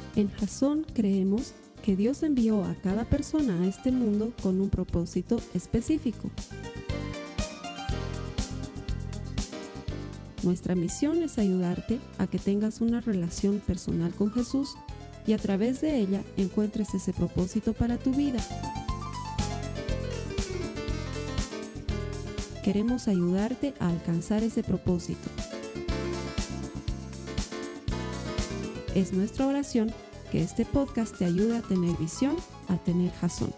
En Jason creemos que Dios envió a cada persona a este mundo con un propósito específico. Nuestra misión es ayudarte a que tengas una relación personal con Jesús y a través de ella encuentres ese propósito para tu vida. Queremos ayudarte a alcanzar ese propósito. Es nuestra oración que este podcast te ayude a tener visión, a tener Jason.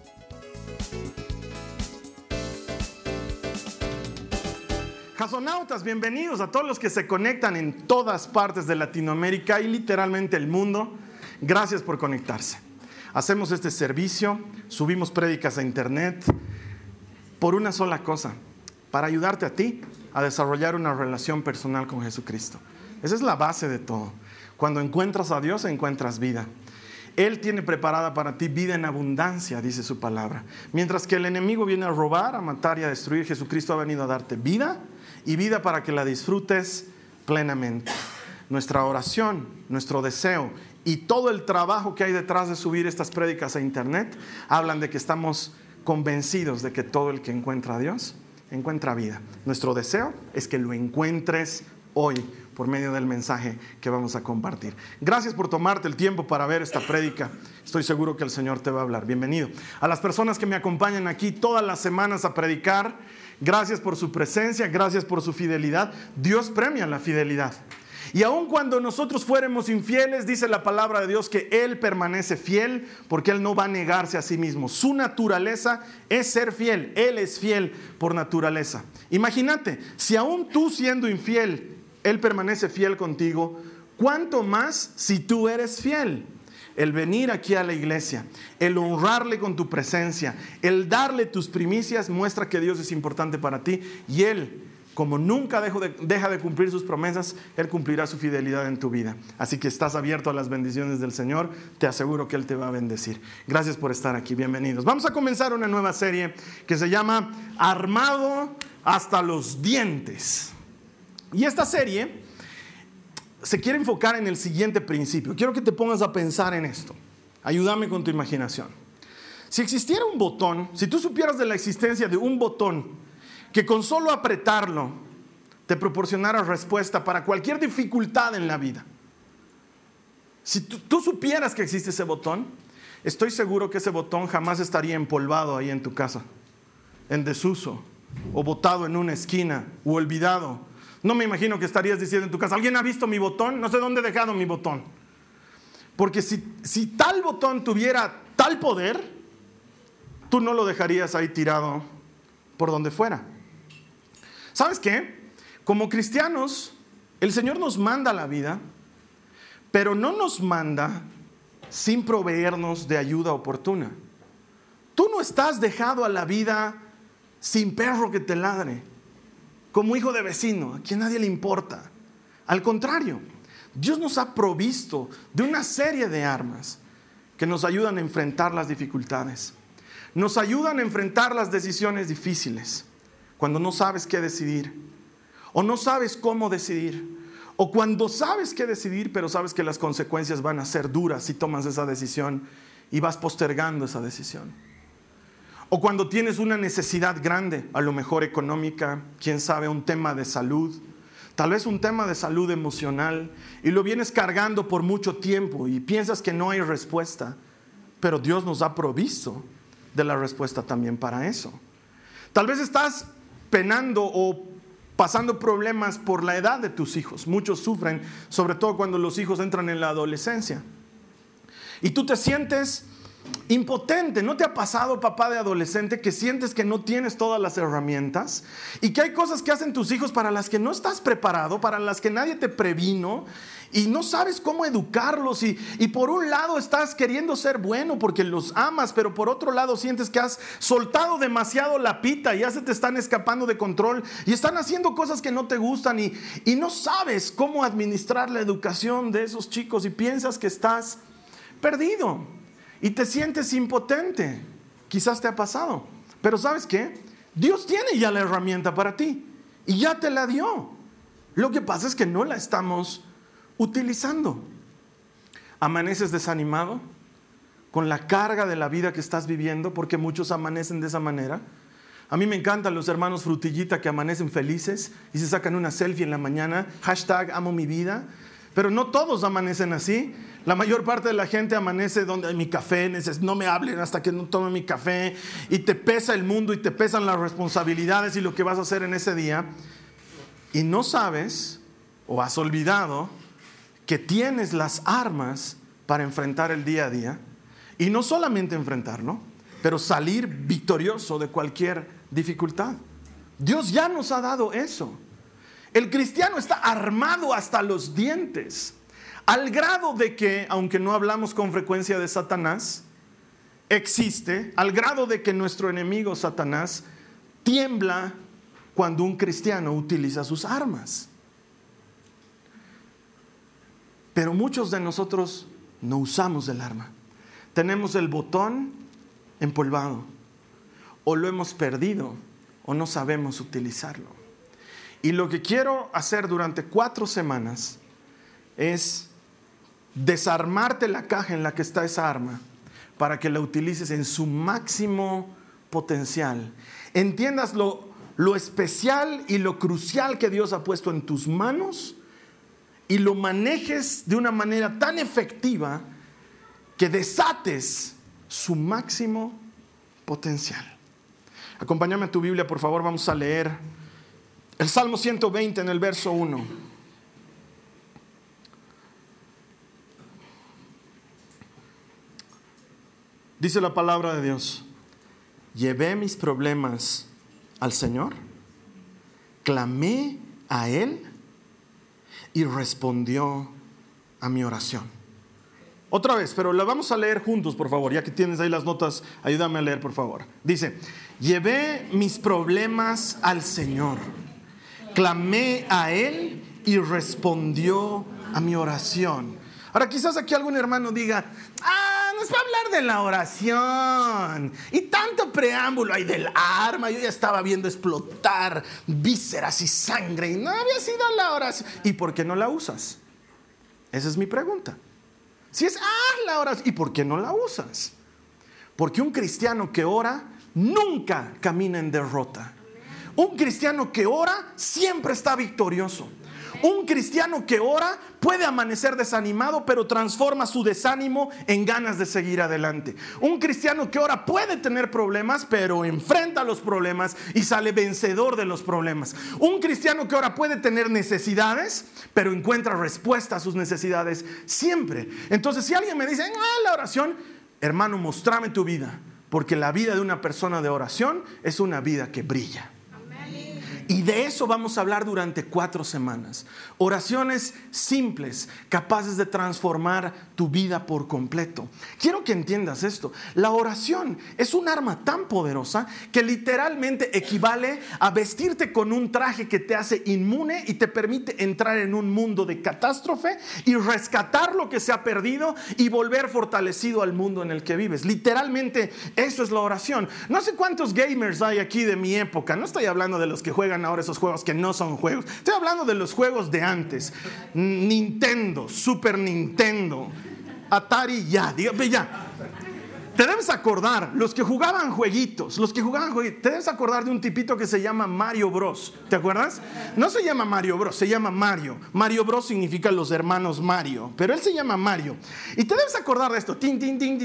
Jasonautas, bienvenidos a todos los que se conectan en todas partes de Latinoamérica y literalmente el mundo. Gracias por conectarse. Hacemos este servicio, subimos prédicas a internet por una sola cosa, para ayudarte a ti a desarrollar una relación personal con Jesucristo. Esa es la base de todo. Cuando encuentras a Dios, encuentras vida. Él tiene preparada para ti vida en abundancia, dice su palabra. Mientras que el enemigo viene a robar, a matar y a destruir, Jesucristo ha venido a darte vida y vida para que la disfrutes plenamente. Nuestra oración, nuestro deseo y todo el trabajo que hay detrás de subir estas prédicas a internet hablan de que estamos convencidos de que todo el que encuentra a Dios encuentra vida. Nuestro deseo es que lo encuentres hoy por medio del mensaje que vamos a compartir. Gracias por tomarte el tiempo para ver esta prédica. Estoy seguro que el Señor te va a hablar. Bienvenido. A las personas que me acompañan aquí todas las semanas a predicar, gracias por su presencia, gracias por su fidelidad. Dios premia la fidelidad. Y aun cuando nosotros fuéramos infieles, dice la palabra de Dios que Él permanece fiel porque Él no va a negarse a sí mismo. Su naturaleza es ser fiel. Él es fiel por naturaleza. Imagínate, si aún tú siendo infiel, Él permanece fiel contigo, ¿cuánto más si tú eres fiel? El venir aquí a la iglesia, el honrarle con tu presencia, el darle tus primicias muestra que Dios es importante para ti y Él, como nunca deja de cumplir sus promesas, Él cumplirá su fidelidad en tu vida. Así que estás abierto a las bendiciones del Señor, te aseguro que Él te va a bendecir. Gracias por estar aquí, bienvenidos. Vamos a comenzar una nueva serie que se llama Armado hasta los dientes. Y esta serie se quiere enfocar en el siguiente principio. Quiero que te pongas a pensar en esto. Ayúdame con tu imaginación. Si existiera un botón, si tú supieras de la existencia de un botón que con solo apretarlo te proporcionara respuesta para cualquier dificultad en la vida. Si tú supieras que existe ese botón, estoy seguro que ese botón jamás estaría empolvado ahí en tu casa, en desuso, o botado en una esquina, o olvidado. No me imagino que estarías diciendo en tu casa, ¿alguien ha visto mi botón? No sé dónde he dejado mi botón. Porque si tal botón tuviera tal poder, tú no lo dejarías ahí tirado por donde fuera. ¿Sabes qué? Como cristianos, el Señor nos manda la vida, pero no nos manda sin proveernos de ayuda oportuna. Tú no estás dejado a la vida sin perro que te ladre, como hijo de vecino, a quien nadie le importa. Al contrario, Dios nos ha provisto de una serie de armas que nos ayudan a enfrentar las dificultades. Nos ayudan a enfrentar las decisiones difíciles. Cuando no sabes qué decidir, o no sabes cómo decidir, o cuando sabes qué decidir, pero sabes que las consecuencias van a ser duras si tomas esa decisión y vas postergando esa decisión. O cuando tienes una necesidad grande, a lo mejor económica, quién sabe, un tema de salud, tal vez un tema de salud emocional, y lo vienes cargando por mucho tiempo y piensas que no hay respuesta, pero Dios nos ha provisto de la respuesta también para eso. Tal vez estás penando o pasando problemas por la edad de tus hijos. Muchos sufren, sobre todo cuando los hijos entran en la adolescencia. Y tú te sientes impotente. ¿No te ha pasado, papá de adolescente, que sientes que no tienes todas las herramientas y que hay cosas que hacen tus hijos para las que no estás preparado, para las que nadie te previno y no sabes cómo educarlos y por un lado estás queriendo ser bueno porque los amas, pero por otro lado sientes que has soltado demasiado la pita y ya se te están escapando de control y están haciendo cosas que no te gustan y no sabes cómo administrar la educación de esos chicos y piensas que estás perdido y te sientes impotente. Quizás te ha pasado, pero ¿sabes qué? Dios tiene ya la herramienta para ti y ya te la dio. Lo que pasa es que no la estamos utilizando. ¿Amaneces desanimado con la carga de la vida que estás viviendo? Porque muchos amanecen de esa manera. A mí me encantan los hermanos Frutillita que amanecen felices y se sacan una selfie en la mañana, #amo mi vida. Pero no todos amanecen así. La mayor parte de la gente amanece donde hay mi café, no me hablen hasta que no tome mi café, y te pesa el mundo y te pesan las responsabilidades y lo que vas a hacer en ese día. Y no sabes o has olvidado que tienes las armas para enfrentar el día a día. Y no solamente enfrentarlo, pero salir victorioso de cualquier dificultad. Dios ya nos ha dado eso. El cristiano está armado hasta los dientes, al grado de que, aunque no hablamos con frecuencia de Satanás, existe, al grado de que nuestro enemigo Satanás tiembla cuando un cristiano utiliza sus armas. Pero muchos de nosotros no usamos el arma. Tenemos el botón empolvado, o lo hemos perdido, o no sabemos utilizarlo. Y lo que quiero hacer durante 4 semanas es desarmarte la caja en la que está esa arma para que la utilices en su máximo potencial. Entiendas lo especial y lo crucial que Dios ha puesto en tus manos y lo manejes de una manera tan efectiva que desates su máximo potencial. Acompáñame a tu Biblia, por favor. Vamos a leer el Salmo 120 en el verso 1. Dice la palabra de Dios: llevé mis problemas al Señor, clamé a Él y respondió a mi oración. Otra vez, pero la vamos a leer juntos, por favor. Ya que tienes ahí las notas, ayúdame a leer, por favor. Dice: llevé mis problemas al Señor, clamé a Él y respondió a mi oración. Ahora quizás aquí algún hermano diga: nos va a hablar de la oración y tanto preámbulo hay del arma, yo ya estaba viendo explotar vísceras y sangre y no había sido la oración. ¿Y por qué no la usas? Esa es mi pregunta. Si es la oración, ¿y por qué no la usas? Porque un cristiano que ora nunca camina en derrota. Un cristiano que ora siempre está victorioso. Un cristiano que ora puede amanecer desanimado, pero transforma su desánimo en ganas de seguir adelante. Un cristiano que ora puede tener problemas, pero enfrenta los problemas y sale vencedor de los problemas. Un cristiano que ora puede tener necesidades, pero encuentra respuesta a sus necesidades siempre. Entonces, si alguien me dice: la oración, hermano, mostrame tu vida, porque la vida de una persona de oración es una vida que brilla. Y de eso vamos a hablar durante 4 semanas. Oraciones simples, capaces de transformar tu vida por completo. Quiero que entiendas esto. La oración es un arma tan poderosa que literalmente equivale a vestirte con un traje que te hace inmune y te permite entrar en un mundo de catástrofe y rescatar lo que se ha perdido y volver fortalecido al mundo en el que vives. Literalmente eso es la oración. No sé cuántos gamers hay aquí de mi época. No estoy hablando de los que juegan ahora esos juegos que no son juegos. Estoy hablando de los juegos de antes. Nintendo, Super Nintendo, Atari, ya. Te debes acordar, los que jugaban jueguitos, te debes acordar de un tipito que se llama Mario Bros. ¿Te acuerdas? No se llama Mario Bros, se llama Mario. Mario Bros significa los hermanos Mario, pero él se llama Mario. Y te debes acordar de esto. ¿Qué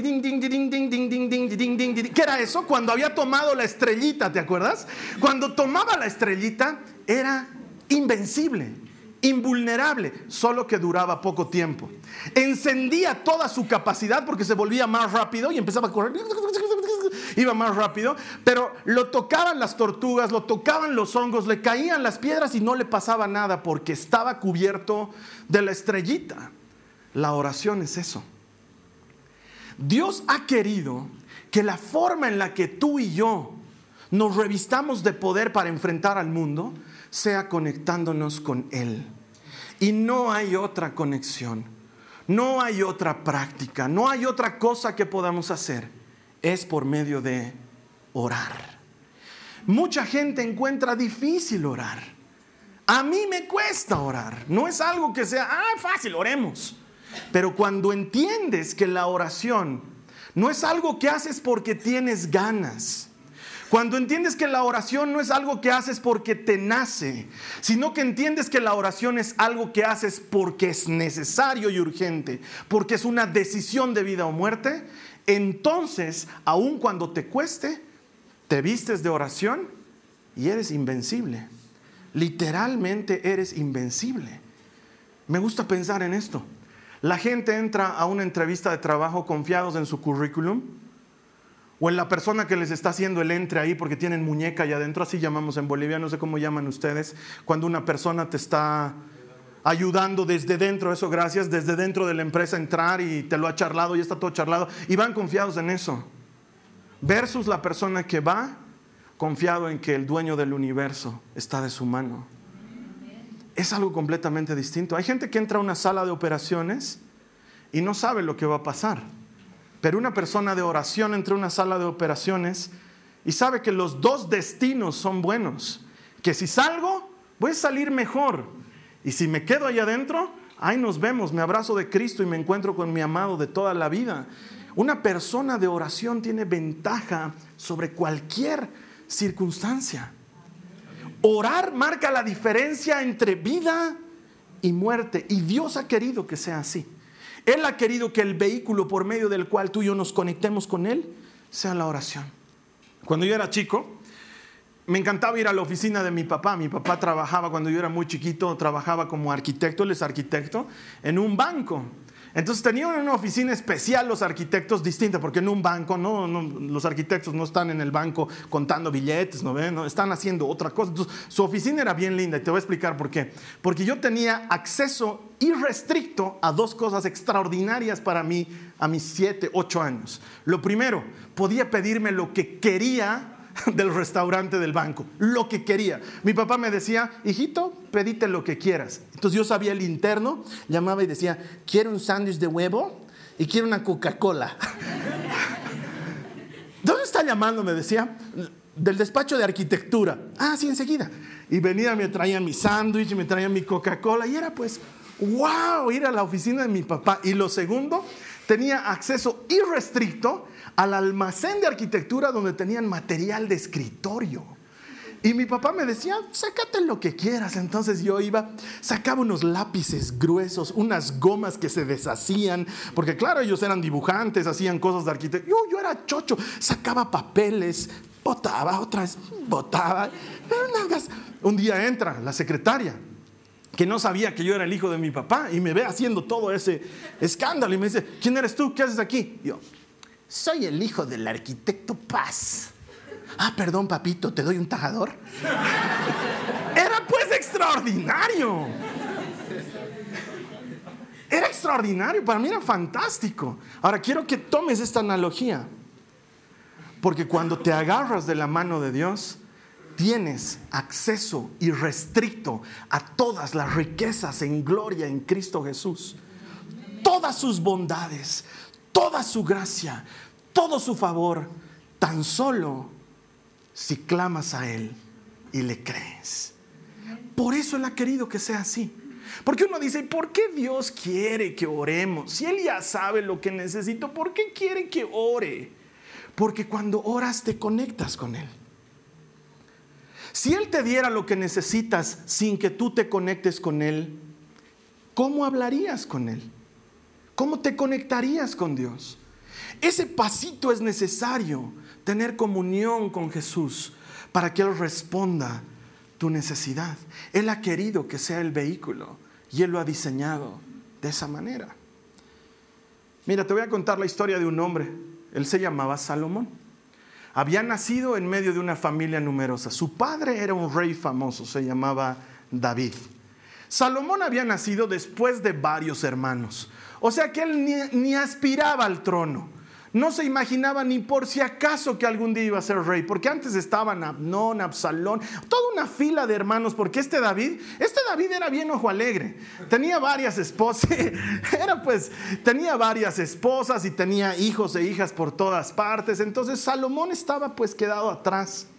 era eso? Cuando había tomado la estrellita, ¿te acuerdas? Cuando tomaba la estrellita era invencible, invulnerable, solo que duraba poco tiempo. Encendía toda su capacidad porque se volvía más rápido y empezaba a correr, iba más rápido, pero lo tocaban las tortugas, lo tocaban los hongos, le caían las piedras y no le pasaba nada porque estaba cubierto de la estrellita. La oración es eso. Dios ha querido que la forma en la que tú y yo nos revistamos de poder para enfrentar al mundo sea conectándonos con Él. Y no hay otra conexión, no hay otra práctica, no hay otra cosa que podamos hacer. Es por medio de orar. Mucha gente encuentra difícil orar. A mí me cuesta orar. No es algo que sea fácil, oremos. Pero cuando entiendes que la oración no es algo que haces porque tienes ganas, cuando entiendes que la oración no es algo que haces porque te nace, sino que entiendes que la oración es algo que haces porque es necesario y urgente, porque es una decisión de vida o muerte, entonces, aun cuando te cueste, te vistes de oración y eres invencible. Literalmente eres invencible. Me gusta pensar en esto. La gente entra a una entrevista de trabajo confiados en su currículum o en la persona que les está haciendo el entre ahí porque tienen muñeca allá adentro, así llamamos en Bolivia, no sé cómo llaman ustedes, cuando una persona te está ayudando desde dentro, eso gracias, desde dentro de la empresa entrar y te lo ha charlado y está todo charlado y van confiados en eso. Versus la persona que va confiado en que el dueño del universo está de su mano. Es algo completamente distinto. Hay gente que entra a una sala de operaciones y no sabe lo que va a pasar. Pero una persona de oración entra a una sala de operaciones y sabe que los dos destinos son buenos. Que si salgo, voy a salir mejor. Y si me quedo allá adentro, ahí nos vemos, me abrazo de Cristo y me encuentro con mi amado de toda la vida. Una persona de oración tiene ventaja sobre cualquier circunstancia. Orar marca la diferencia entre vida y muerte, y Dios ha querido que sea así. Él ha querido que el vehículo por medio del cual tú y yo nos conectemos con Él sea la oración. Cuando yo era chico, me encantaba ir a la oficina de mi papá. Mi papá trabajaba, cuando yo era muy chiquito, trabajaba como arquitecto, él es arquitecto, en un banco. Entonces tenían una oficina especial los arquitectos, distinta, porque en un banco los arquitectos no están en el banco contando billetes, no están haciendo otra cosa. Entonces, su oficina era bien linda y te voy a explicar por qué. Porque yo tenía acceso irrestricto a dos cosas extraordinarias para mí a mis 7, 8 años. Lo primero, podía pedirme lo que quería del restaurante del banco, lo que quería. Mi papá me decía, hijito, pedite lo que quieras. Entonces yo sabía el interno, llamaba y decía, quiero un sándwich de huevo y quiero una Coca-Cola. ¿Dónde está llamando? Me decía, del despacho de arquitectura. Ah, sí, enseguida. Y venía, me traían mi sándwich, me traían mi Coca-Cola y era pues, wow, ir a la oficina de mi papá. Y lo segundo, tenía acceso irrestricto al almacén de arquitectura donde tenían material de escritorio. Y mi papá me decía, sácate lo que quieras. Entonces yo iba, sacaba unos lápices gruesos, unas gomas que se deshacían, porque claro, ellos eran dibujantes, hacían cosas de arquitectura. Yo era chocho, sacaba papeles, botaba, otra vez botaba. Un día entra la secretaria, que no sabía que yo era el hijo de mi papá, y me ve haciendo todo ese escándalo y me dice, ¿quién eres tú? ¿Qué haces aquí? Y yo, soy el hijo del arquitecto Paz. Ah, perdón, papito, ¿te doy un tajador? Era pues extraordinario. Era extraordinario, para mí era fantástico. Ahora quiero que tomes esta analogía, porque cuando te agarras de la mano de Dios, tienes acceso irrestricto a todas las riquezas en gloria en Cristo Jesús. Todas sus bondades, toda su gracia, todo su favor, tan solo si clamas a Él y le crees. Por eso Él ha querido que sea así. Porque uno dice, ¿por qué Dios quiere que oremos? Si Él ya sabe lo que necesito, ¿por qué quiere que ore? Porque cuando oras te conectas con Él. Si Él te diera lo que necesitas sin que tú te conectes con Él, ¿cómo hablarías con Él? ¿Cómo te conectarías con Dios? Ese pasito es necesario, tener comunión con Jesús para que Él responda tu necesidad. Él ha querido que sea el vehículo y Él lo ha diseñado de esa manera. Mira, te voy a contar la historia de un hombre. Él se llamaba Salomón. Había nacido en medio de una familia numerosa. Su padre era un rey famoso, se llamaba David. Salomón había nacido después de varios hermanos. O sea que él ni aspiraba al trono. No se imaginaba ni por si acaso que algún día iba a ser rey, porque antes estaban Amnón, Absalón, toda una fila de hermanos, porque este David era bien ojo alegre, tenía varias esposas, tenía varias esposas y tenía hijos e hijas por todas partes. Entonces Salomón estaba pues quedado atrás.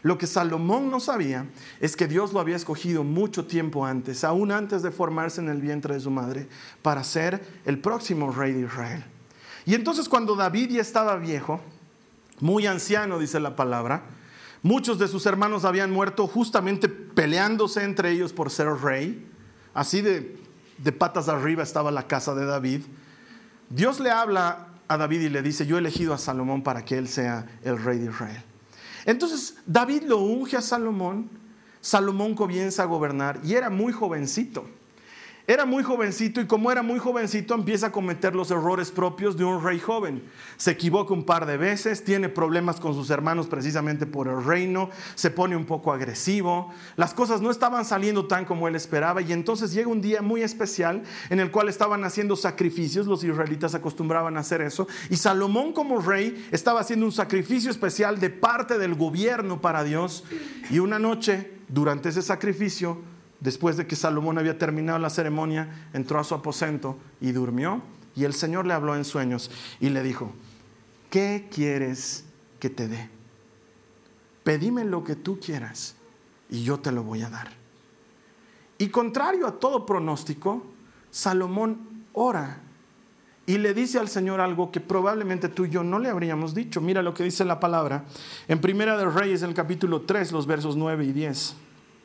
Lo que Salomón no sabía es que Dios lo había escogido mucho tiempo antes, aún antes de formarse en el vientre de su madre, para ser el próximo rey de Israel. Y entonces cuando David ya estaba viejo, muy anciano dice la palabra, muchos de sus hermanos habían muerto justamente peleándose entre ellos por ser rey. Así de patas arriba estaba la casa de David. Dios le habla a David y le dice: yo he elegido a Salomón para que él sea el rey de Israel. Entonces David lo unge a Salomón. Salomón comienza a gobernar y era muy jovencito. Y como era muy jovencito empieza a cometer los errores propios de un rey joven. Se equivoca un par de veces, tiene problemas con sus hermanos precisamente por el reino, se pone un poco agresivo, las cosas no estaban saliendo tan como él esperaba, y entonces llega un día muy especial en el cual estaban haciendo sacrificios. Los israelitas acostumbraban a hacer eso, y Salomón como rey estaba haciendo un sacrificio especial de parte del gobierno para Dios. Y una noche, durante ese sacrificio, después de que Salomón había terminado la ceremonia, entró a su aposento y durmió. Y el Señor le habló en sueños y le dijo: ¿qué quieres que te dé? Pedime lo que tú quieras y yo te lo voy a dar. Y contrario a todo pronóstico, Salomón ora y le dice al Señor algo que probablemente tú y yo no le habríamos dicho. Mira lo que dice la palabra en Primera de Reyes, en el capítulo 3, los versos 9 y 10.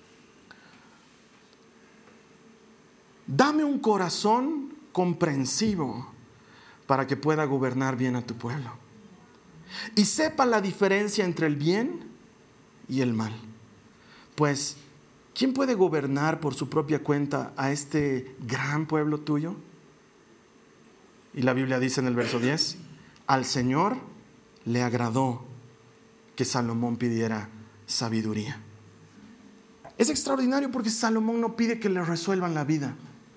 Dame un corazón comprensivo para que pueda gobernar bien a tu pueblo y sepa la diferencia entre el bien y el mal. Pues, ¿quién puede gobernar por su propia cuenta a este gran pueblo tuyo? Y la Biblia dice en el verso 10: al Señor le agradó que Salomón pidiera sabiduría. Es extraordinario porque Salomón no pide que le resuelvan la vida.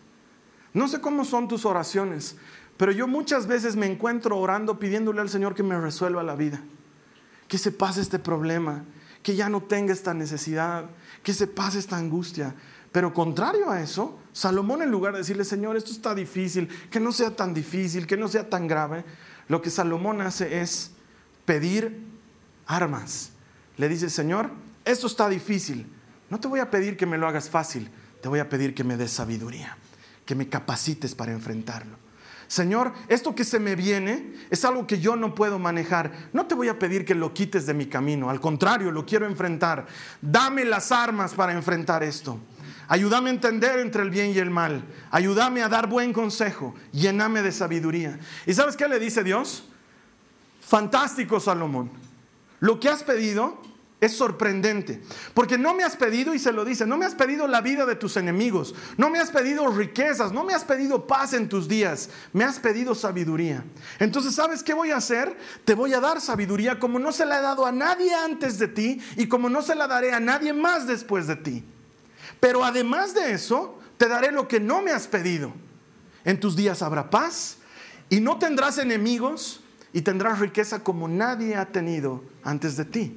No sé cómo son tus oraciones, pero yo muchas veces me encuentro orando pidiéndole al Señor que me resuelva la vida, que se pase este problema, que ya no tenga esta necesidad, que se pase esta angustia. Pero contrario a eso, Salomón, en lugar de decirle: Señor, esto está difícil, que no sea tan difícil, que no sea tan grave, lo que Salomón hace es pedir armas. Le dice: Señor, esto está difícil, no te voy a pedir que me lo hagas fácil, te voy a pedir que me des sabiduría, que me capacites para enfrentarlo. Señor, esto que se me viene es algo que yo no puedo manejar. No te voy a pedir que lo quites de mi camino, al contrario, lo quiero enfrentar. Dame las armas para enfrentar esto. Ayúdame a entender entre el bien y el mal. Ayúdame a dar buen consejo. Lléname de sabiduría. ¿Y sabes qué le dice Dios? Fantástico, Salomón. Lo que has pedido es sorprendente, porque no me has pedido, y se lo dice, no me has pedido la vida de tus enemigos, no me has pedido riquezas, no me has pedido paz en tus días, me has pedido sabiduría. Entonces, ¿sabes qué voy a hacer? Te voy a dar sabiduría como no se la he dado a nadie antes de ti y como no se la daré a nadie más después de ti. Pero además de eso, te daré lo que no me has pedido. En tus días habrá paz y no tendrás enemigos y tendrás riqueza como nadie ha tenido antes de ti.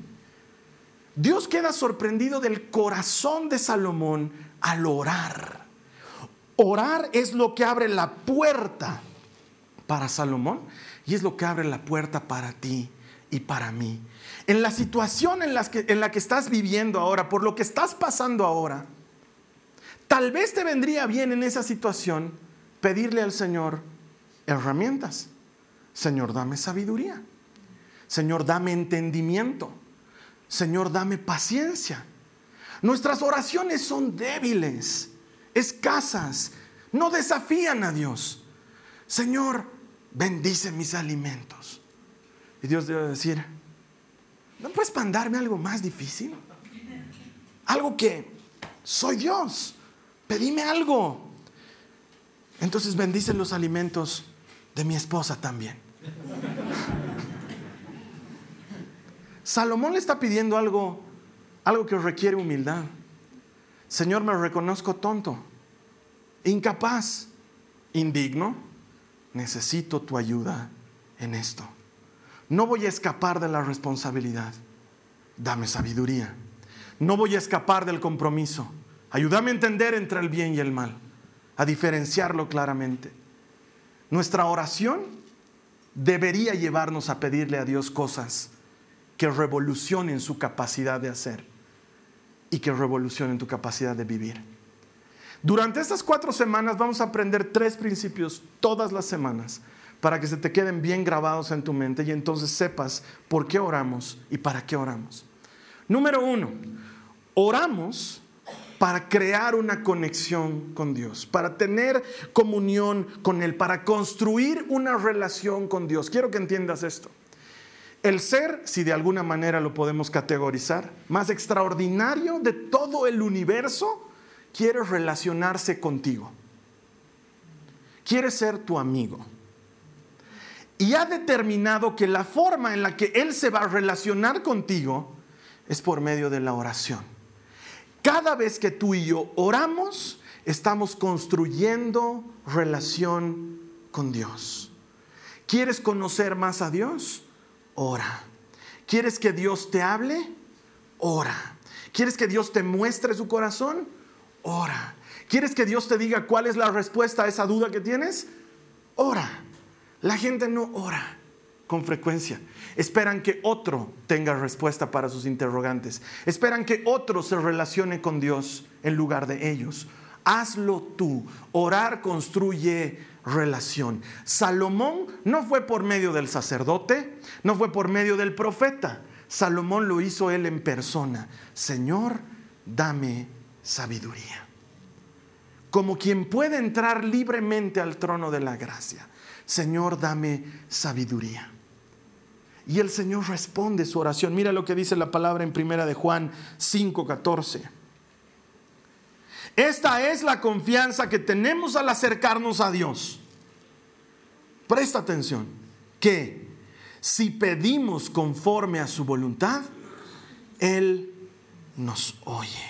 Dios queda sorprendido del corazón de Salomón al orar. Orar es lo que abre la puerta para Salomón y es lo que abre la puerta para ti y para mí. En la situación en la que estás viviendo ahora, por lo que estás pasando ahora, tal vez te vendría bien en esa situación pedirle al Señor herramientas. Señor, dame sabiduría. Señor, dame entendimiento. Señor, dame paciencia. Nuestras oraciones son débiles, escasas, no desafían a Dios. Señor, bendice mis alimentos. Y Dios debe decir: ¿no puedes mandarme algo más difícil? Algo que soy Dios. Pedime algo. Entonces bendice los alimentos de mi esposa también. Salomón le está pidiendo algo que requiere humildad. Señor, me reconozco tonto, incapaz, indigno. Necesito tu ayuda en esto. No voy a escapar de la responsabilidad. Dame sabiduría. No voy a escapar del compromiso. Ayúdame a entender entre el bien y el mal, a diferenciarlo claramente. Nuestra oración debería llevarnos a pedirle a Dios cosas que revolucionen su capacidad de hacer y que revolucionen tu capacidad de vivir. Durante estas 4 semanas vamos a aprender 3 principios todas las semanas para que se te queden bien grabados en tu mente y entonces sepas por qué oramos y para qué oramos. Número 1, oramos para crear una conexión con Dios, para tener comunión con Él, para construir una relación con Dios. Quiero que entiendas esto. El ser, si de alguna manera lo podemos categorizar, más extraordinario de todo el universo, quiere relacionarse contigo. Quiere ser tu amigo. Y ha determinado que la forma en la que Él se va a relacionar contigo es por medio de la oración. Cada vez que tú y yo oramos, estamos construyendo relación con Dios. ¿Quieres conocer más a Dios? Ora. ¿Quieres que Dios te hable? Ora. ¿Quieres que Dios te muestre su corazón? Ora. ¿Quieres que Dios te diga cuál es la respuesta a esa duda que tienes? Ora. La gente no ora con frecuencia. Esperan que otro tenga respuesta para sus interrogantes. Esperan que otro se relacione con Dios en lugar de ellos. Hazlo tú. Orar construye relación. Salomón no fue por medio del sacerdote, no fue por medio del profeta. Salomón lo hizo él en persona. Señor, dame sabiduría. Como quien puede entrar libremente al trono de la gracia. Señor, dame sabiduría. Y el Señor responde su oración. Mira lo que dice la palabra en 1 de Juan 5:14. Esta es la confianza que tenemos al acercarnos a Dios. Presta atención, que si pedimos conforme a su voluntad, Él nos oye.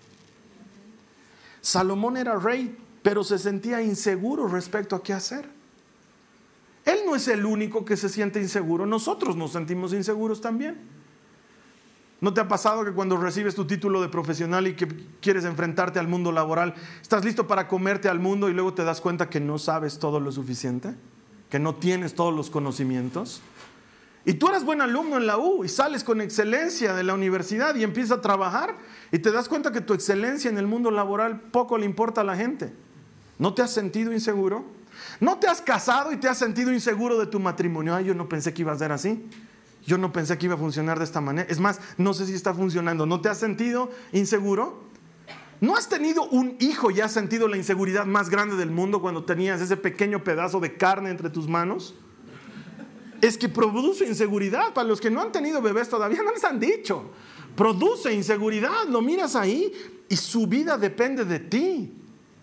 Salomón era rey, pero se sentía inseguro respecto a qué hacer. Él no es el único que se siente inseguro. Nosotros nos sentimos inseguros también. ¿No te ha pasado que cuando recibes tu título de profesional y que quieres enfrentarte al mundo laboral, estás listo para comerte al mundo y luego te das cuenta que no sabes todo lo suficiente? Que no tienes todos los conocimientos. Y tú eras buen alumno en la U y sales con excelencia de la universidad y empiezas a trabajar y te das cuenta que tu excelencia en el mundo laboral poco le importa a la gente. ¿No te has sentido inseguro? ¿No te has casado y te has sentido inseguro de tu matrimonio? Ay, yo no pensé que iba a ser así. Yo no pensé que iba a funcionar de esta manera. Es más, no sé si está funcionando. ¿No te has sentido inseguro? ¿No has tenido un hijo y has sentido la inseguridad más grande del mundo cuando tenías ese pequeño pedazo de carne entre tus manos? Es que produce inseguridad. Para los que no han tenido bebés todavía, no les han dicho. Produce inseguridad. Lo miras ahí y su vida depende de ti.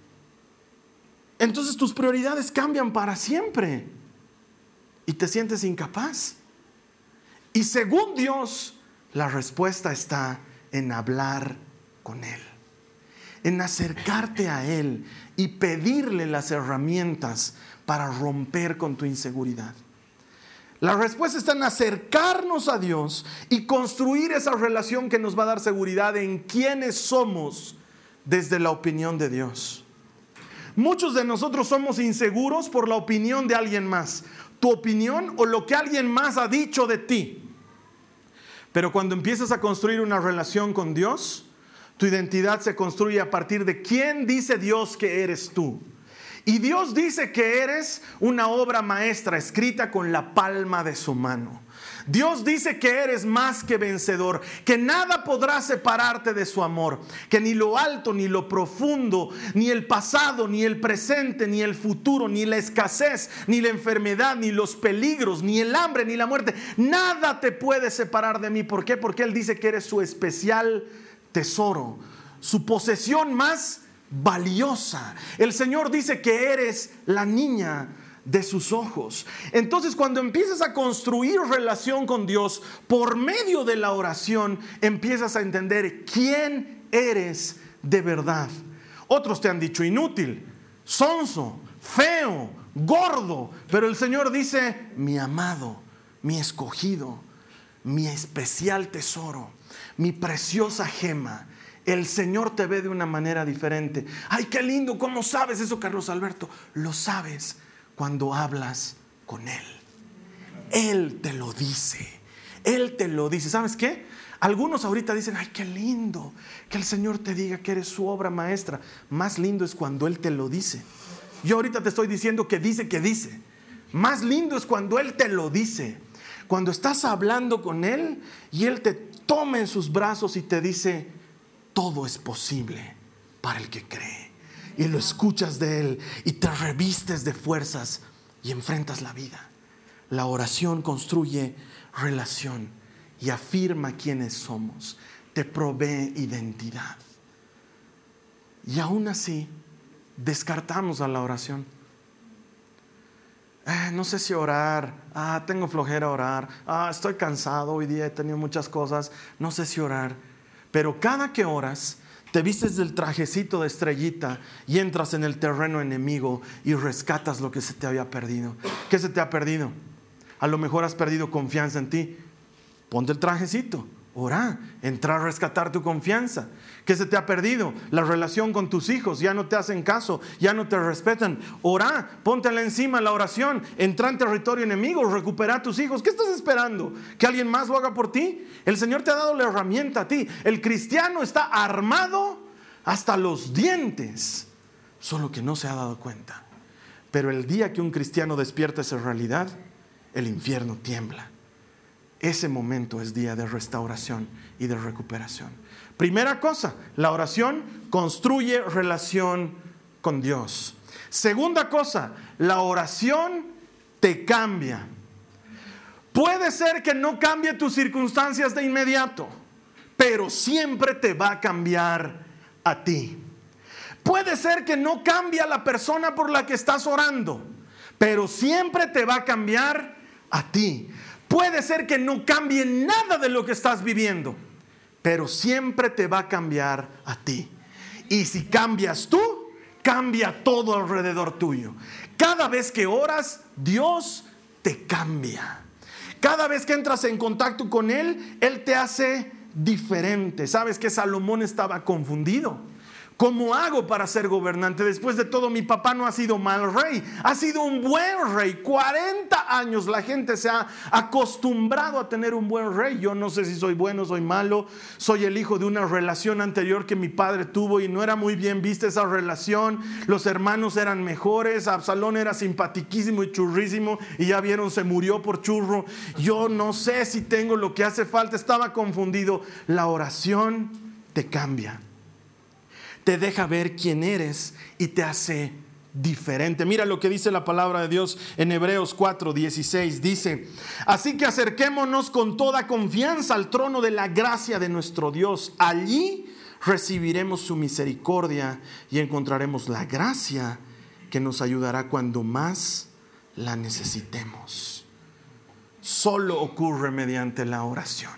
Entonces tus prioridades cambian para siempre y te sientes incapaz. Y según Dios, la respuesta está en hablar con Él, en acercarte a Él y pedirle las herramientas para romper con tu inseguridad. La respuesta está en acercarnos a Dios y construir esa relación que nos va a dar seguridad en quiénes somos desde la opinión de Dios. Muchos de nosotros somos inseguros por la opinión de alguien más, tu opinión o lo que alguien más ha dicho de ti. Pero cuando empiezas a construir una relación con Dios, tu identidad se construye a partir de quién dice Dios que eres tú. Y Dios dice que eres una obra maestra escrita con la palma de su mano. Dios dice que eres más que vencedor, que nada podrá separarte de su amor, que ni lo alto, ni lo profundo, ni el pasado, ni el presente, ni el futuro, ni la escasez, ni la enfermedad, ni los peligros, ni el hambre, ni la muerte, nada te puede separar de mí. ¿Por qué? Porque Él dice que eres su especial tesoro, su posesión más valiosa. El Señor dice que eres la niña de sus ojos. Entonces, cuando empiezas a construir relación con Dios por medio de la oración, empiezas a entender quién eres de verdad. Otros te han dicho inútil, sonso, feo, gordo, pero el Señor dice: mi amado, mi escogido, mi especial tesoro, mi preciosa gema. El Señor te ve de una manera diferente. Ay, qué lindo, ¿cómo sabes eso, Carlos Alberto? Lo sabes cuando hablas con Él. Él te lo dice. Él te lo dice. ¿Sabes qué? Algunos ahorita dicen, ay, qué lindo que el Señor te diga que eres su obra maestra. Más lindo es cuando Él te lo dice. Yo ahorita te estoy diciendo que dice. Más lindo es cuando Él te lo dice. Cuando estás hablando con Él y Él te toma en sus brazos y te dice, todo es posible para el que cree. Y lo escuchas de Él y te revistes de fuerzas y enfrentas la vida. La oración construye relación y afirma quiénes somos. Te provee identidad. Y aún así, descartamos a la oración. No sé si orar. Tengo flojera a orar. Estoy cansado, hoy día he tenido muchas cosas. No sé si orar. Pero cada que oras, te vistes del trajecito de estrellita y entras en el terreno enemigo y rescatas lo que se te había perdido. ¿Qué se te ha perdido? A lo mejor has perdido confianza en ti. Ponte el trajecito, ora, entra a rescatar tu confianza. ¿Qué se te ha perdido? La relación con tus hijos, ya no te hacen caso, ya no te respetan. Ora, póntela encima la oración, entra en territorio enemigo, recupera a tus hijos. ¿Qué estás esperando? ¿Que alguien más lo haga por ti? El Señor te ha dado la herramienta a ti. El cristiano está armado hasta los dientes, solo que no se ha dado cuenta. Pero el día que un cristiano despierta esa realidad, el infierno tiembla. Ese momento es día de restauración y de recuperación. Primera cosa, la oración construye relación con Dios. Segunda cosa, la oración te cambia. Puede ser que no cambie tus circunstancias de inmediato, pero siempre te va a cambiar a ti. Puede ser que no cambie a la persona por la que estás orando, pero siempre te va a cambiar a ti. Puede ser que no cambie nada de lo que estás viviendo, pero siempre te va a cambiar a ti. Y si cambias tú, cambia todo alrededor tuyo. Cada vez que oras, Dios te cambia. Cada vez que entras en contacto con Él, Él te hace diferente. ¿Sabes que Salomón estaba confundido? ¿Cómo hago para ser gobernante? Después de todo, mi papá no ha sido mal rey, ha sido un buen rey. 40 años la gente se ha acostumbrado a tener un buen rey. Yo no sé si soy bueno o soy malo. Soy el hijo de una relación anterior que mi padre tuvo y no era muy bien vista esa relación. Los hermanos eran mejores. Absalón era simpatiquísimo y churrísimo y ya vieron, se murió por churro. Yo no sé si tengo lo que hace falta. Estaba confundido. La oración te cambia. Te deja ver quién eres y te hace diferente. Mira lo que dice la palabra de Dios en Hebreos 4:16. Dice: así que acerquémonos con toda confianza al trono de la gracia de nuestro Dios. Allí recibiremos su misericordia y encontraremos la gracia que nos ayudará cuando más la necesitemos. Solo ocurre mediante la oración.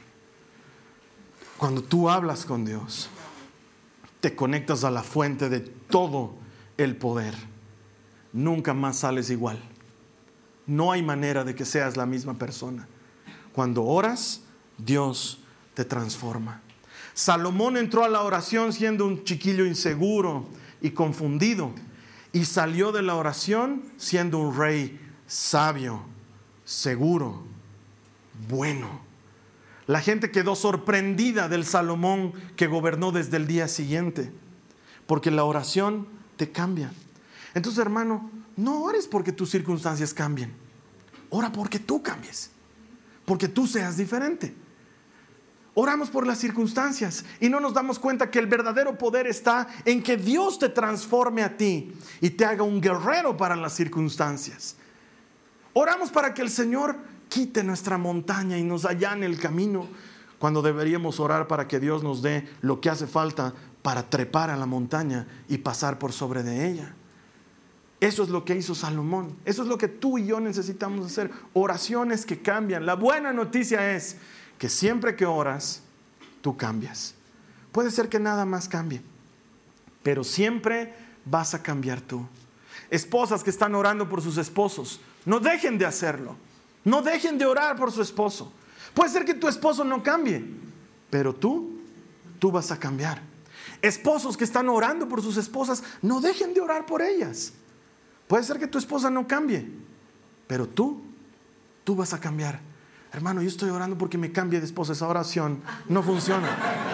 Cuando tú hablas con Dios, te conectas a la fuente de todo el poder. Nunca más sales igual. No hay manera de que seas la misma persona. Cuando oras, Dios te transforma. Salomón entró a la oración siendo un chiquillo inseguro y confundido, y salió de la oración siendo un rey sabio, seguro, bueno. La gente quedó sorprendida del Salomón que gobernó desde el día siguiente, porque la oración te cambia. Entonces, hermano, no ores porque tus circunstancias cambien. Ora porque tú cambies, porque tú seas diferente. Oramos por las circunstancias y no nos damos cuenta que el verdadero poder está en que Dios te transforme a ti y te haga un guerrero para las circunstancias. Oramos para que el Señor quite nuestra montaña y nos allane el camino, cuando deberíamos orar para que Dios nos dé lo que hace falta para trepar a la montaña y pasar por sobre de ella. Eso es lo que hizo Salomón. Eso es lo que tú y yo necesitamos hacer. Oraciones que cambian. La buena noticia es que siempre que oras, tú cambias. Puede ser que nada más cambie, pero siempre vas a cambiar tú. Esposas que están orando por sus esposos, no dejen de hacerlo. No dejen de orar por su esposo. Puede ser que tu esposo no cambie, pero tú vas a cambiar. Esposos que están orando por sus esposas, no dejen de orar por ellas. Puede ser que tu esposa no cambie, pero tú vas a cambiar. Hermano, yo estoy orando porque me cambie de esposa. Esa oración no funciona.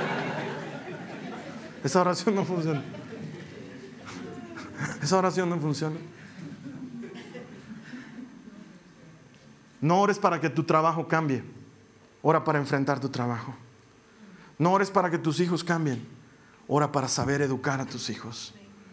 Esa oración no funciona. Esa oración no funciona. No ores para que tu trabajo cambie. Ora para enfrentar tu trabajo. No ores para que tus hijos cambien. Ora para saber educar a tus hijos.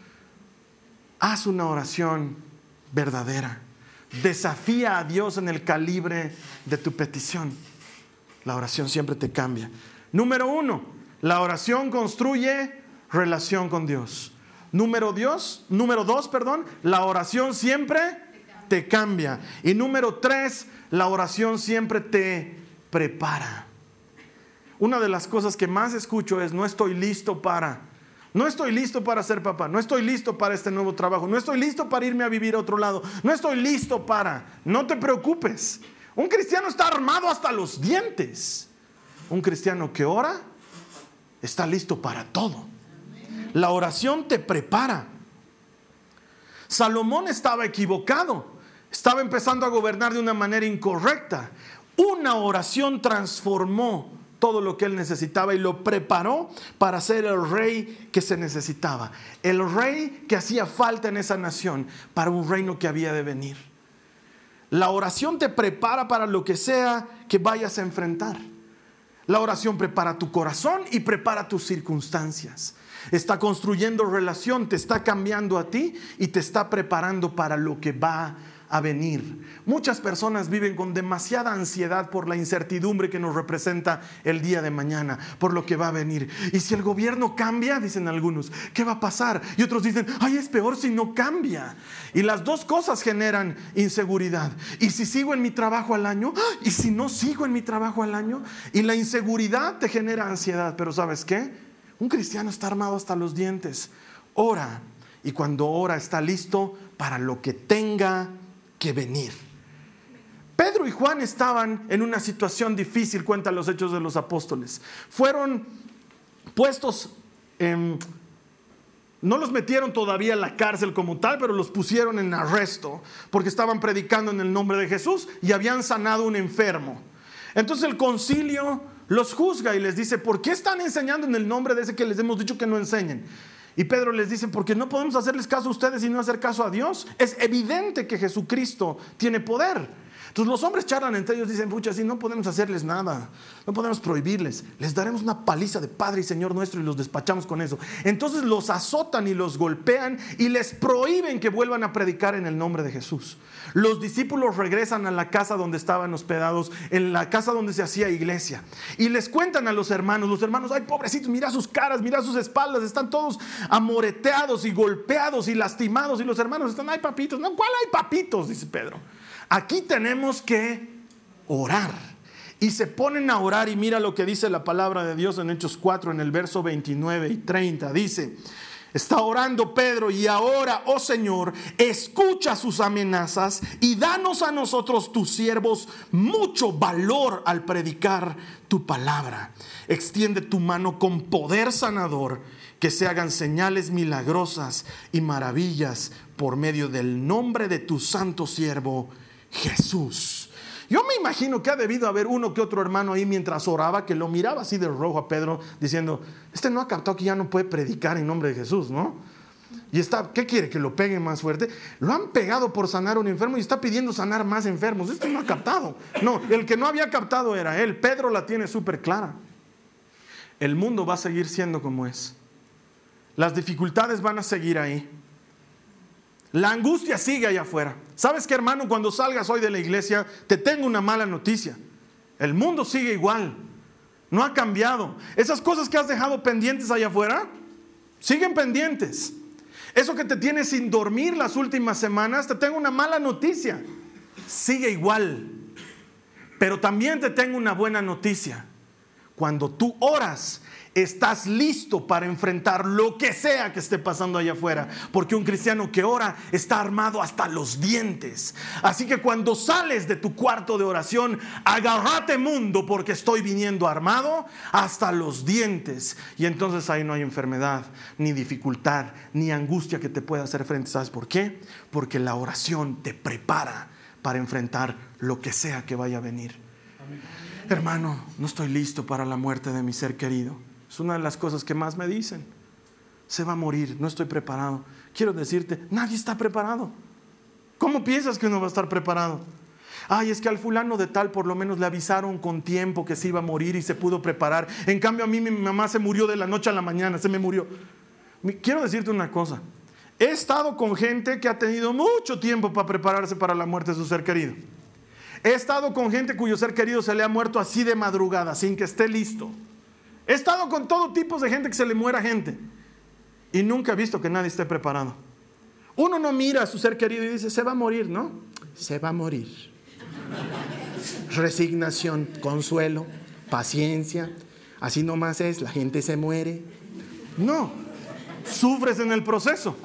Haz una oración verdadera. Desafía a Dios en el calibre de tu petición. La oración siempre te cambia. Número 1, la oración construye relación con Dios. Número 2, la oración siempre te cambia. Y número 3, la oración siempre te prepara. Una de las cosas que más escucho es: no estoy listo para ser papá, no estoy listo para este nuevo trabajo, no estoy listo para irme a vivir a otro lado, no estoy listo para. No te preocupes. Un cristiano está armado hasta los dientes. Un cristiano que ora está listo para todo. La oración te prepara. Salomón estaba equivocado. Estaba empezando a gobernar de una manera incorrecta. Una oración transformó todo lo que él necesitaba y lo preparó para ser el rey que se necesitaba. El rey que hacía falta en esa nación para un reino que había de venir. La oración te prepara para lo que sea que vayas a enfrentar. La oración prepara tu corazón y prepara tus circunstancias. Está construyendo relación, te está cambiando a ti y te está preparando para lo que va a venir. Muchas personas viven con demasiada ansiedad por la incertidumbre que nos representa el día de mañana, por lo que va a venir. Y si el gobierno cambia, dicen algunos, ¿qué va a pasar? Y otros dicen, ay, es peor si no cambia. Y las dos cosas generan inseguridad. ¿Y si sigo en mi trabajo al año? ¿Y si no sigo en mi trabajo al año? Y la inseguridad te genera ansiedad. Pero ¿sabes qué? Un cristiano está armado hasta los dientes. Ora. Y cuando ora está listo para lo que tenga que venir. Pedro y Juan estaban en una situación difícil, cuentan los Hechos de los Apóstoles. Fueron puestos, no los metieron todavía en la cárcel como tal, pero los pusieron en arresto porque estaban predicando en el nombre de Jesús y habían sanado a un enfermo. Entonces el concilio los juzga y les dice: ¿por qué están enseñando en el nombre de ese que les hemos dicho que no enseñen? Y Pedro les dice: porque no podemos hacerles caso a ustedes y no hacer caso a Dios. Es evidente que Jesucristo tiene poder. Entonces los hombres charlan entre ellos, dicen: pucha, así no podemos hacerles nada, no podemos prohibirles, les daremos una paliza de Padre y Señor nuestro y los despachamos con eso. Entonces los azotan y los golpean y les prohíben que vuelvan a predicar en el nombre de Jesús. Los discípulos regresan a la casa donde estaban hospedados, en la casa donde se hacía iglesia, y les cuentan a los hermanos: ay, pobrecitos, mira sus caras, mira sus espaldas, están todos amoreteados y golpeados y lastimados. Y los hermanos están: ay, papitos. No, ¿cuál hay papitos? Dice Pedro. Aquí tenemos que orar. Y se ponen a orar, y mira lo que dice la palabra de Dios en Hechos 4, en el verso 29 y 30. Dice: está orando Pedro: y ahora, oh Señor, escucha sus amenazas y danos a nosotros, tus siervos, mucho valor al predicar tu palabra. Extiende tu mano con poder sanador, que se hagan señales milagrosas y maravillas por medio del nombre de tu santo siervo Jesús. Yo me imagino que ha debido haber uno que otro hermano ahí mientras oraba que lo miraba así de rojo a Pedro, diciendo: este no ha captado que ya no puede predicar en nombre de Jesús, ¿no? Y está, ¿qué quiere? ¿Que lo peguen más fuerte? Lo han pegado por sanar a un enfermo y está pidiendo sanar más enfermos. Este no ha captado. No, el que no había captado era él. Pedro la tiene súper clara. El mundo va a seguir siendo como es. Las dificultades van a seguir ahí. La angustia sigue allá afuera. ¿Sabes qué, hermano? Cuando salgas hoy de la iglesia, te tengo una mala noticia. El mundo sigue igual. No ha cambiado. Esas cosas que has dejado pendientes allá afuera, siguen pendientes. Eso que te tiene sin dormir las últimas semanas, te tengo una mala noticia. Sigue igual. Pero también te tengo una buena noticia. Cuando tú oras, estás listo para enfrentar lo que sea que esté pasando allá afuera, porque un cristiano que ora está armado hasta los dientes. Así que cuando sales de tu cuarto de oración, agárrate, mundo, porque estoy viniendo armado hasta los dientes. Y entonces ahí no hay enfermedad, ni dificultad, ni angustia que te pueda hacer frente. ¿Sabes por qué? Porque la oración te prepara para enfrentar lo que sea que vaya a venir. Hermano, no estoy listo para la muerte de mi ser querido. Es una de las cosas que más me dicen. Se va a morir, no estoy preparado. Quiero decirte, nadie está preparado. ¿Cómo piensas que uno va a estar preparado? Ay, es que al fulano de tal por lo menos le avisaron con tiempo que se iba a morir y se pudo preparar. En cambio a mí mi mamá se murió de la noche a la mañana, se me murió. Quiero decirte una cosa. He estado con gente que ha tenido mucho tiempo para prepararse para la muerte de su ser querido. He estado con gente cuyo ser querido se le ha muerto así de madrugada, sin que esté listo. He estado con todo tipo de gente que se le muera gente. Y nunca he visto que nadie esté preparado. Uno no mira a su ser querido y dice, se va a morir, ¿no? Se va a morir. Resignación, consuelo, paciencia. Así nomás es, la gente se muere. No, sufres en el proceso.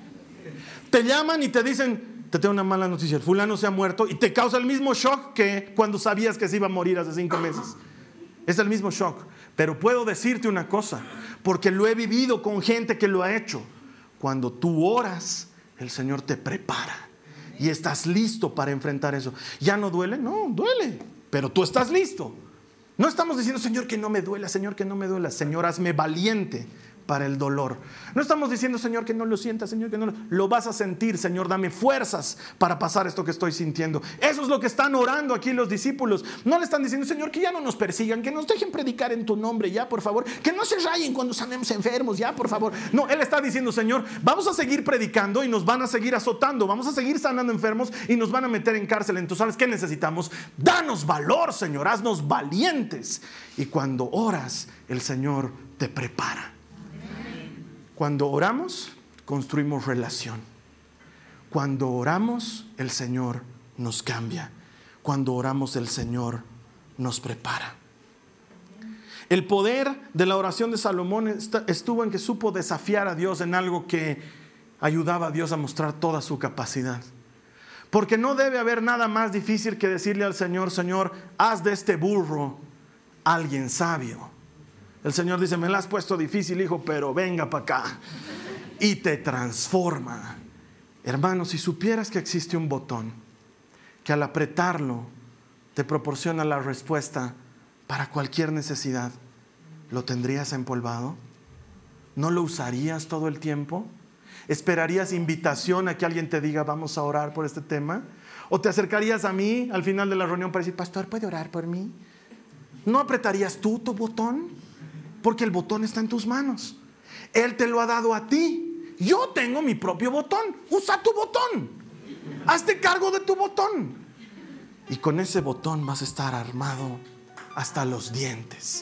Te llaman y te dicen, te tengo una mala noticia, el fulano se ha muerto, y te causa el mismo shock que cuando sabías que se iba a morir hace 5 meses. Es el mismo shock. Pero puedo decirte una cosa, porque lo he vivido con gente que lo ha hecho. Cuando tú oras, el Señor te prepara y estás listo para enfrentar eso. ¿Ya no duele? No, duele, pero tú estás listo. No estamos diciendo, Señor, que no me duela, Señor, que no me duela. Señor, hazme valiente para el dolor. No estamos diciendo, Señor, que no lo sientas, Señor, que no lo vas a sentir. Señor, dame fuerzas para pasar esto que estoy sintiendo. Eso es lo que están orando aquí los discípulos. No le están diciendo, Señor, que ya no nos persigan, que nos dejen predicar en tu nombre, ya, por favor. Que no se rayen cuando sanemos enfermos, ya, por favor. No, Él está diciendo, Señor, vamos a seguir predicando y nos van a seguir azotando. Vamos a seguir sanando enfermos y nos van a meter en cárcel. Entonces, ¿sabes qué necesitamos? Danos valor, Señor, haznos valientes. Y cuando oras, el Señor te prepara. Cuando oramos, construimos relación. Cuando oramos, el Señor nos cambia. Cuando oramos, el Señor nos prepara. El poder de la oración de Salomón estuvo en que supo desafiar a Dios en algo que ayudaba a Dios a mostrar toda su capacidad. Porque no debe haber nada más difícil que decirle al Señor, Señor, haz de este burro alguien sabio. El Señor dice, me la has puesto difícil, hijo, pero venga para acá. Y te transforma. Hermano, si supieras que existe un botón que al apretarlo te proporciona la respuesta para cualquier necesidad, ¿lo tendrías empolvado? ¿No lo usarías todo el tiempo? ¿Esperarías invitación a que alguien te diga, vamos a orar por este tema? ¿O te acercarías a mí al final de la reunión para decir, pastor, ¿puede orar por mí? ¿No apretarías tú tu botón? Porque el botón está en tus manos. Él te lo ha dado a ti. Yo tengo mi propio botón. Usa tu botón. Hazte cargo de tu botón. Y con ese botón vas a estar armado hasta los dientes.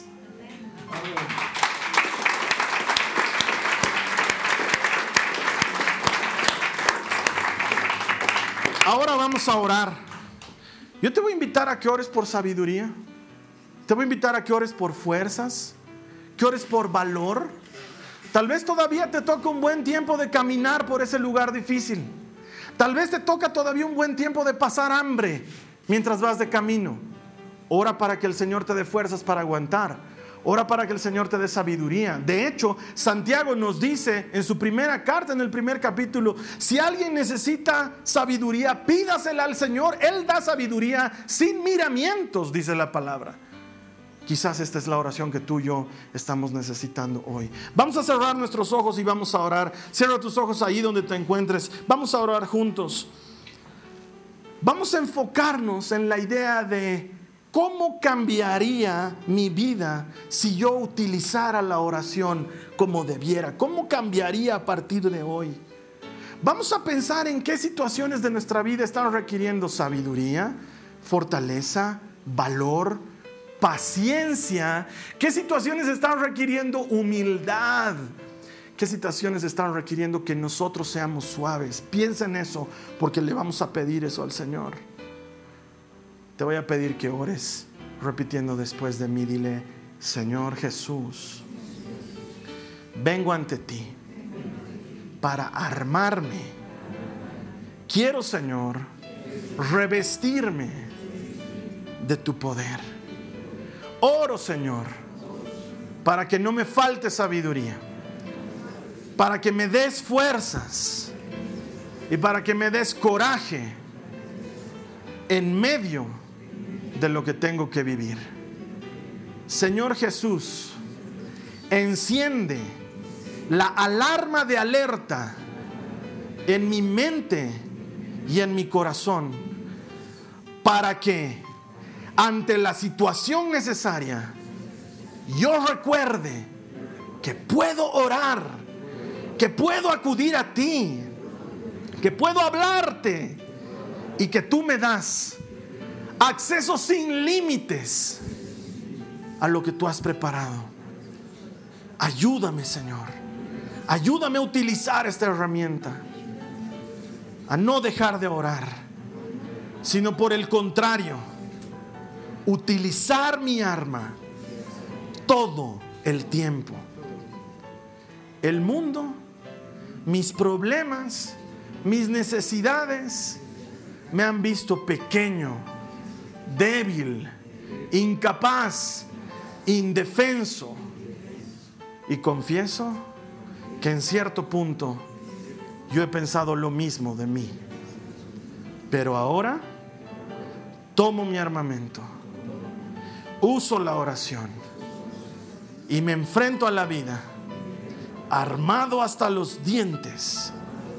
Ahora vamos a orar. Yo te voy a invitar a que ores por sabiduría. Te voy a invitar a que ores por fuerzas, que ores por valor. Tal vez todavía te toca un buen tiempo de caminar por ese lugar difícil. Tal vez te toca todavía un buen tiempo de pasar hambre mientras vas de camino. Ora para que el Señor te dé fuerzas para aguantar. Ora para que el Señor te dé sabiduría. De hecho, Santiago nos dice en su primera carta, en el primer capítulo, si alguien necesita sabiduría, pídasela al Señor. Él da sabiduría sin miramientos, dice la palabra. Quizás esta es la oración que tú y yo estamos necesitando hoy. Vamos a cerrar nuestros ojos y vamos a orar. Cierra tus ojos ahí donde te encuentres. Vamos a orar juntos. Vamos a enfocarnos en la idea de cómo cambiaría mi vida si yo utilizara la oración como debiera. ¿Cómo cambiaría a partir de hoy? Vamos a pensar en qué situaciones de nuestra vida están requiriendo sabiduría, fortaleza, valor, paciencia. ¿Qué situaciones están requiriendo humildad? ¿Qué situaciones están requiriendo que nosotros seamos suaves? Piensa en eso, porque le vamos a pedir eso al Señor. Te voy a pedir que ores repitiendo después de mí. Dile, Señor Jesús, vengo ante ti para armarme. Quiero, Señor, revestirme de tu poder. Oro, Señor, para que no me falte sabiduría, para que me des fuerzas y para que me des coraje en medio de lo que tengo que vivir. Señor Jesús, enciende la alarma de alerta en mi mente y en mi corazón para que ante la situación necesaria yo recuerde que puedo orar, que puedo acudir a ti, que puedo hablarte y que tú me das acceso sin límites a lo que tú has preparado. Ayúdame, Señor. Ayúdame a utilizar esta herramienta, a no dejar de orar, sino por el contrario, utilizar mi arma todo el tiempo. El mundo, mis problemas, mis necesidades me han visto pequeño, débil, incapaz, indefenso. Y confieso que en cierto punto yo he pensado lo mismo de mí. Pero ahora tomo mi armamento, uso la oración y me enfrento a la vida armado hasta los dientes.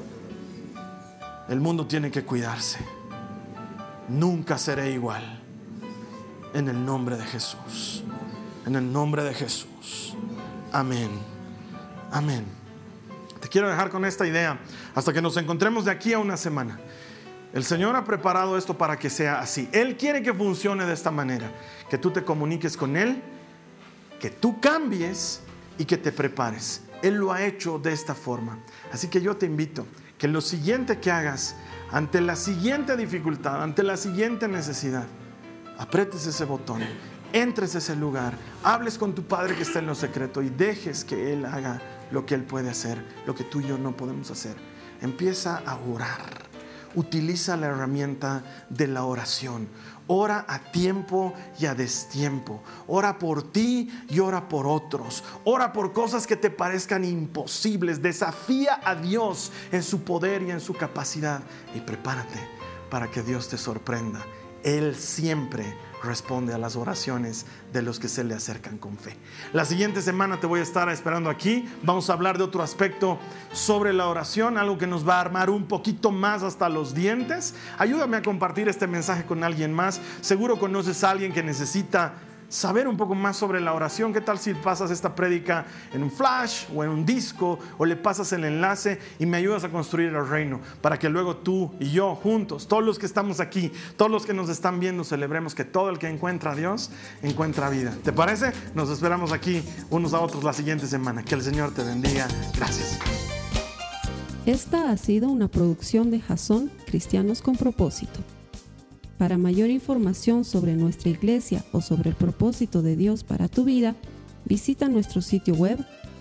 El mundo tiene que cuidarse. Nunca seré igual. En el nombre de Jesús. En el nombre de Jesús. Amén. Amén. Te quiero dejar con esta idea hasta que nos encontremos de aquí a una semana. El Señor ha preparado esto para que sea así. Él quiere que funcione de esta manera. Que tú te comuniques con Él, que tú cambies y que te prepares. Él lo ha hecho de esta forma. Así que yo te invito que lo siguiente que hagas ante la siguiente dificultad, ante la siguiente necesidad, apretes ese botón, entres a ese lugar, hables con tu Padre que está en lo secreto y dejes que Él haga lo que Él puede hacer, lo que tú y yo no podemos hacer. Empieza a orar. Utiliza la herramienta de la oración. Ora a tiempo y a destiempo. Ora por ti y ora por otros. Ora por cosas que te parezcan imposibles. Desafía a Dios en su poder y en su capacidad. Y prepárate para que Dios te sorprenda. Él siempre responde a las oraciones de los que se le acercan con fe. La siguiente semana te voy a estar esperando aquí. Vamos a hablar de otro aspecto sobre la oración, algo que nos va a armar un poquito más hasta los dientes. Ayúdame a compartir este mensaje con alguien más. Seguro conoces a alguien que necesita saber un poco más sobre la oración. ¿Qué tal si pasas esta prédica en un flash o en un disco, o le pasas el enlace y me ayudas a construir el reino para que luego tú y yo juntos, todos los que estamos aquí, todos los que nos están viendo, celebremos que todo el que encuentra a Dios encuentra vida? ¿Te parece? Nos esperamos aquí unos a otros la siguiente semana. Que el Señor te bendiga. Gracias. Esta ha sido una producción de Jasón Cristianos con Propósito. Para mayor información sobre nuestra iglesia o sobre el propósito de Dios para tu vida, visita nuestro sitio web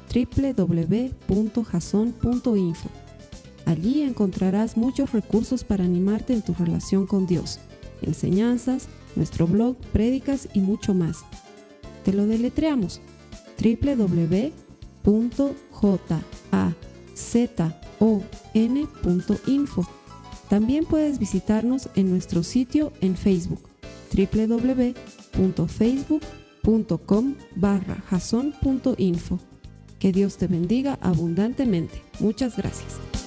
www.jason.info. Allí encontrarás muchos recursos para animarte en tu relación con Dios, enseñanzas, nuestro blog, prédicas y mucho más. Te lo deletreamos: www.jazon.info. También puedes visitarnos en nuestro sitio en Facebook, www.facebook.com/jason.info. Que Dios te bendiga abundantemente. Muchas gracias.